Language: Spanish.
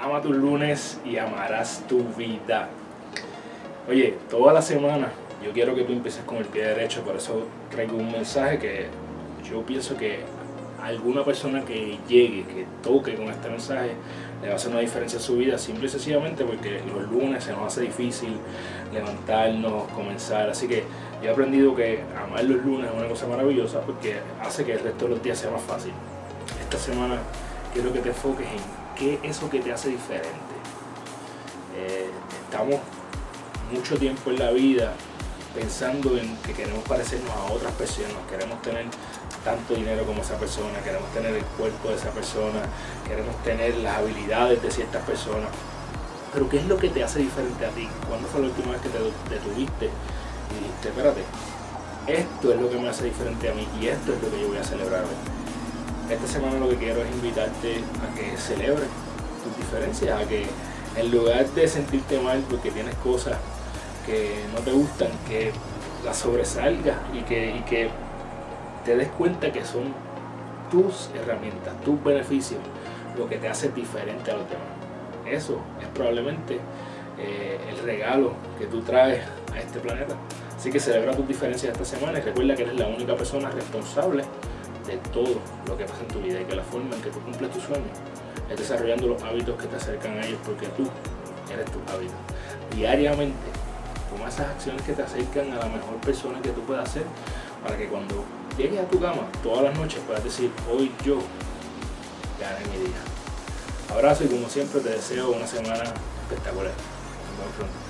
Ama tus lunes y amarás tu vida. Oye, toda la semana yo quiero que tú empieces con el pie derecho, por eso traigo un mensaje que yo pienso que a alguna persona que llegue, que toque con este mensaje, le va a hacer una diferencia en su vida, simple y sencillamente porque los lunes se nos hace difícil levantarnos, comenzar. Así que yo he aprendido que amar los lunes es una cosa maravillosa porque hace que el resto de los días sea más fácil. Esta semana quiero que te enfoques en qué es eso que te hace diferente. Estamos mucho tiempo en la vida pensando en que queremos parecernos a otras personas, queremos tener tanto dinero como esa persona, queremos tener el cuerpo de esa persona, queremos tener las habilidades de ciertas personas. Pero ¿qué es lo que te hace diferente a ti? ¿Cuándo fue la última vez que te detuviste y dijiste, espérate, esto es lo que me hace diferente a mí y esto es lo que yo voy a celebrar hoy? Esta semana lo que quiero es invitarte a que celebres tus diferencias, a que en lugar de sentirte mal porque tienes cosas que no te gustan, que las sobresalgas y que te des cuenta que son tus herramientas, tus beneficios, lo que te hace diferente a los demás. Eso es probablemente el regalo que tú traes a este planeta. Así que celebra tus diferencias esta semana y recuerda que eres la única persona responsable de todo lo que pasa en tu vida y que la forma en que tú cumples tus sueños es desarrollando los hábitos que te acercan a ellos, porque tú eres tus hábitos. Diariamente toma esas acciones que te acercan a la mejor persona que tú puedas ser, para que cuando llegues a tu cama todas las noches puedas decir, hoy yo gané mi día. Abrazo y como siempre te deseo una semana espectacular. Nos vemos pronto.